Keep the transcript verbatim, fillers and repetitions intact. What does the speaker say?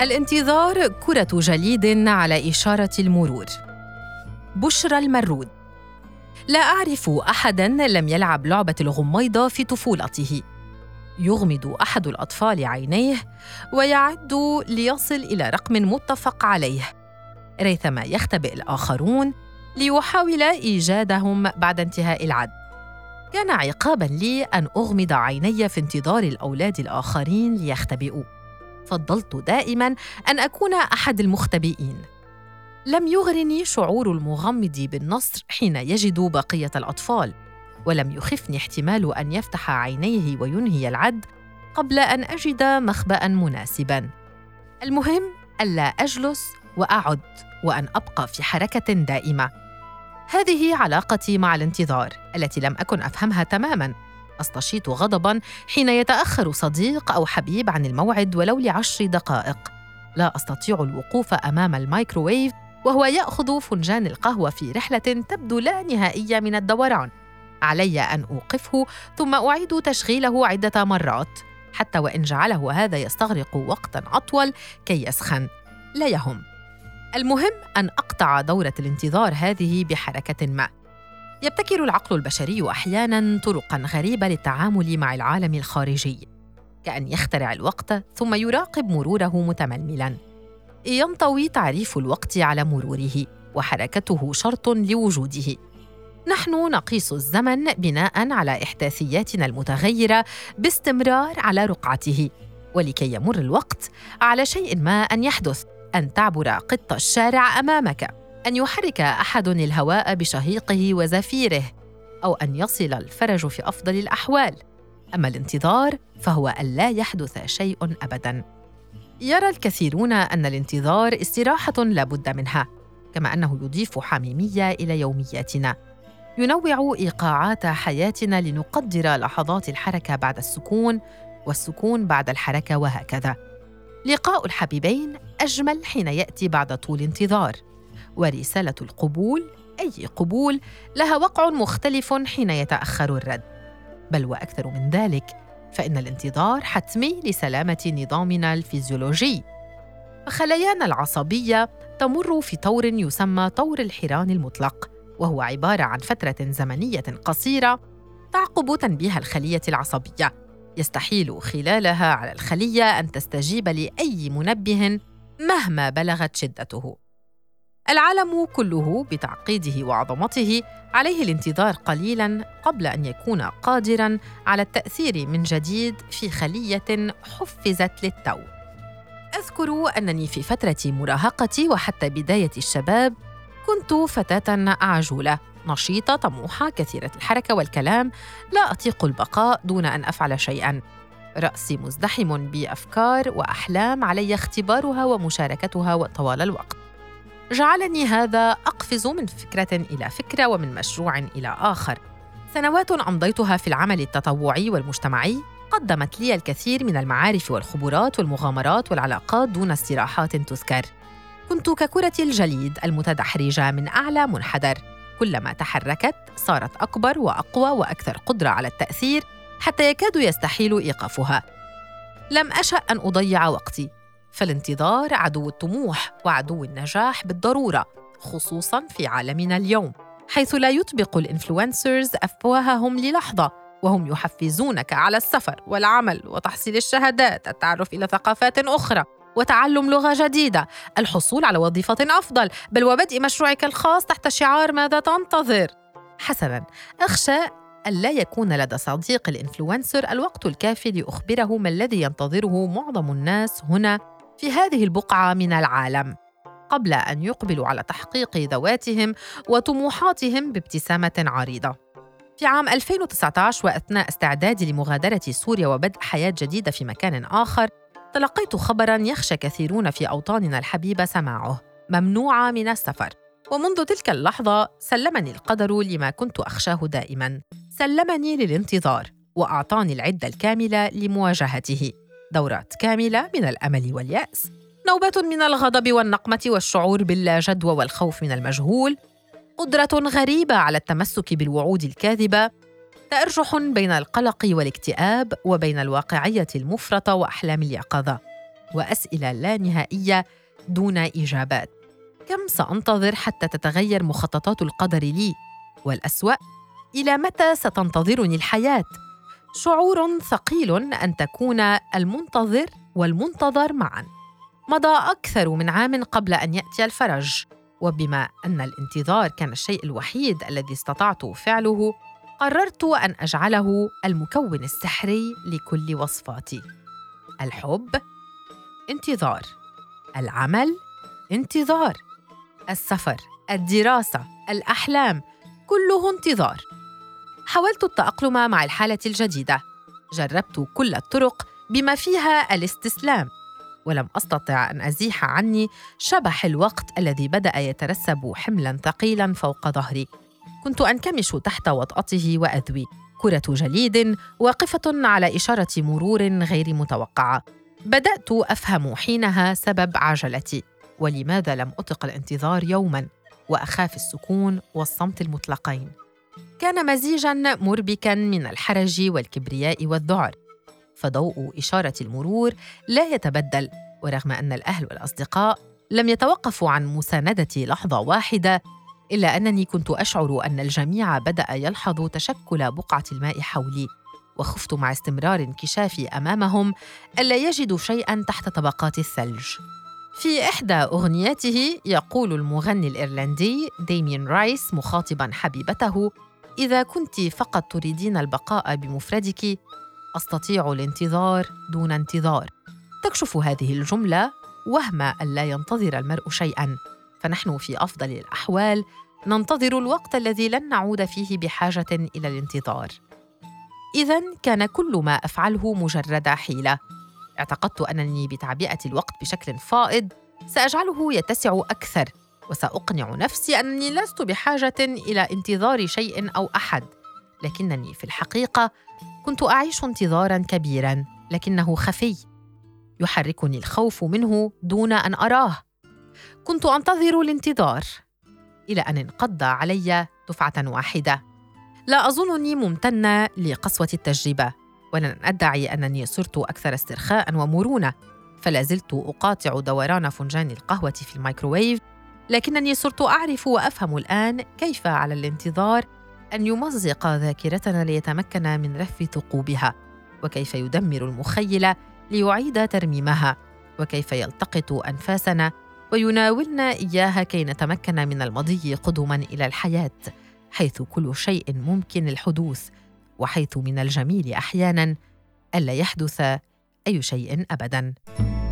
الانتظار كرة جليد على إشارة المرور. بشرى المرود: لا أعرف أحداً لم يلعب لعبة الغميضة في طفولته. يغمض أحد الأطفال عينيه ويعد ليصل إلى رقم متفق عليه، ريثما يختبئ الآخرون ليحاول إيجادهم بعد انتهاء العد. كان عقاباً لي أن أغمض عيني في انتظار الأولاد الآخرين ليختبئوا. فضلت دائماً أن أكون أحد المختبئين. لم يغرني شعور المغمض بالنصر حين يجد بقية الأطفال، ولم يخفني احتمال أن يفتح عينيه وينهي العد قبل أن أجد مخبأ مناسباً. المهم ألا أجلس وأعد وأن أبقى في حركة دائمة. هذه علاقتي مع الانتظار التي لم أكن أفهمها تماماً. أستشيط غضباً حين يتأخر صديق أو حبيب عن الموعد ولو لعشر دقائق. لا أستطيع الوقوف أمام الميكروويف وهو يأخذ فنجان القهوة في رحلة تبدو لا نهائية من الدوران. علي أن أوقفه ثم أعيد تشغيله عدة مرات، حتى وإن جعله هذا يستغرق وقتاً أطول كي يسخن. لا يهم. المهم أن أقطع دورة الانتظار هذه بحركة ما. يبتكر العقل البشري أحياناً طرقاً غريبة للتعامل مع العالم الخارجي، كأن يخترع الوقت ثم يراقب مروره متململاً. ينطوي تعريف الوقت على مروره، وحركته شرط لوجوده. نحن نقيس الزمن بناء على إحداثياتنا المتغيرة باستمرار على رقعته، ولكي يمر الوقت على شيء ما أن يحدث، أن تعبر قط الشارع أمامك، أن يحرك أحد الهواء بشهيقه وزفيره، أو أن يصل الفرج في أفضل الأحوال. أما الانتظار فهو أن لا يحدث شيء أبداً. يرى الكثيرون أن الانتظار استراحة لا بد منها، كما أنه يضيف حميمية إلى يومياتنا، ينوع إيقاعات حياتنا لنقدر لحظات الحركة بعد السكون والسكون بعد الحركة، وهكذا. لقاء الحبيبين أجمل حين يأتي بعد طول انتظار، ورسالة القبول، أي قبول، لها وقع مختلف حين يتأخر الرد. بل وأكثر من ذلك، فإن الانتظار حتمي لسلامة نظامنا الفيزيولوجي. فخلايانا العصبية تمر في طور يسمى طور الحيران المطلق، وهو عبارة عن فترة زمنية قصيرة تعقب تنبيه الخلية العصبية، يستحيل خلالها على الخلية أن تستجيب لأي منبه مهما بلغت شدته. العالم كله بتعقيده وعظمته عليه الانتظار قليلاً قبل أن يكون قادراً على التأثير من جديد في خلية حفزت للتو. أذكر أنني في فترة مراهقتي وحتى بداية الشباب كنت فتاة عجولة، نشيطة، طموحة، كثيرة الحركة والكلام، لا أطيق البقاء دون أن أفعل شيئاً. رأسي مزدحم بأفكار وأحلام علي اختبارها ومشاركتها طوال الوقت. جعلني هذا أقفز من فكرة إلى فكرة ومن مشروع إلى آخر. سنوات أمضيتها في العمل التطوعي والمجتمعي قدمت لي الكثير من المعارف والخبرات والمغامرات والعلاقات دون استراحات تذكر. كنت ككرة الجليد المتدحرجة من أعلى منحدر، كلما تحركت صارت أكبر وأقوى وأكثر قدرة على التأثير، حتى يكاد يستحيل إيقافها. لم أشأ أن أضيع وقتي، فالانتظار عدو الطموح وعدو النجاح بالضرورة، خصوصاً في عالمنا اليوم، حيث لا يطبق الإنفلونسرز أفواههم للحظة وهم يحفزونك على السفر والعمل وتحصيل الشهادات، التعرف إلى ثقافات أخرى وتعلم لغة جديدة، الحصول على وظيفة أفضل، بل وبدء مشروعك الخاص تحت شعار ماذا تنتظر؟ حسناً، أخشى أن لا يكون لدى صديق الإنفلونسر الوقت الكافي لأخبره ما الذي ينتظره معظم الناس هنا في هذه البقعة من العالم، قبل أن يقبلوا على تحقيق ذواتهم وطموحاتهم بابتسامة عريضة. في عام ألفين وتسعة عشر، وأثناء استعدادي لمغادرة سوريا وبدء حياة جديدة في مكان آخر، تلقيت خبراً يخشى كثيرون في أوطاننا الحبيبة سماعه: ممنوعة من السفر. ومنذ تلك اللحظة سلمني القدر لما كنت أخشاه دائماً، سلمني للانتظار وأعطاني العدة الكاملة لمواجهته. دورات كاملة من الأمل واليأس، نوبات من الغضب والنقمة والشعور باللا جدوى والخوف من المجهول، قدرة غريبة على التمسك بالوعود الكاذبة، تأرجح بين القلق والاكتئاب وبين الواقعية المفرطة وأحلام اليقظة. وأسئلة لا نهائية دون إجابات. كم سأنتظر حتى تتغير مخططات القدر لي؟ والأسوأ، إلى متى ستنتظرني الحياة؟ شعور ثقيل أن تكون المنتظر والمنتظر معاً. مضى أكثر من عام قبل أن يأتي الفرج، وبما أن الانتظار كان الشيء الوحيد الذي استطعت فعله، قررت أن أجعله المكون السحري لكل وصفاتي. الحب انتظار، العمل انتظار، السفر، الدراسة، الأحلام، كله انتظار. حاولت التأقلم مع الحالة الجديدة، جربت كل الطرق بما فيها الاستسلام، ولم أستطع أن أزيح عني شبح الوقت الذي بدأ يترسب حملاً ثقيلاً فوق ظهري. كنت أنكمش تحت وطأته وأذوي، كرة جليد واقفة على إشارة مرور غير متوقعة. بدأت أفهم حينها سبب عجلتي، ولماذا لم أطق الانتظار يوماً وأخاف السكون والصمت المطلقين. كان مزيجاً مربكاً من الحرج والكبرياء والذعر، فضوء إشارة المرور لا يتبدل، ورغم أن الأهل والأصدقاء لم يتوقفوا عن مساندتي لحظة واحدة، إلا أنني كنت أشعر أن الجميع بدأ يلحظ تشكل بقعة الماء حولي، وخفت مع استمرار انكشافي أمامهم ألا يجدوا شيئاً تحت طبقات الثلج. في إحدى أغنياته يقول المغني الإيرلندي ديميان رايس مخاطباً حبيبته: إذا كنت فقط تريدين البقاء بمفردك، أستطيع الانتظار دون انتظار. تكشف هذه الجملة وهم أن لا ينتظر المرء شيئاً، فنحن في أفضل الأحوال ننتظر الوقت الذي لن نعود فيه بحاجة إلى الانتظار. إذن كان كل ما أفعله مجرد حيلة. اعتقدت أنني بتعبئة الوقت بشكل فائض سأجعله يتسع أكثر، وسأقنع نفسي أنني لست بحاجة إلى انتظار شيء أو أحد. لكنني في الحقيقة كنت أعيش انتظاراً كبيراً، لكنه خفي، يحركني الخوف منه دون أن أراه. كنت أنتظر الانتظار إلى أن انقضى علي دفعة واحدة. لا أظنني ممتنة لقسوة التجربة، ولن أدعي أنني صرت أكثر استرخاء ومرونة، فلا زلت أقاطع دوران فنجان القهوة في الميكروويف، لكنني صرت أعرف وأفهم الآن كيف على الانتظار أن يمزق ذاكرتنا ليتمكن من رف ثقوبها، وكيف يدمر المخيلة ليعيد ترميمها، وكيف يلتقط أنفاسنا ويناولنا إياها كي نتمكن من المضي قدماً إلى الحياة، حيث كل شيء ممكن الحدوث، وحيث من الجميل أحياناً ألا يحدث أي شيء أبداً.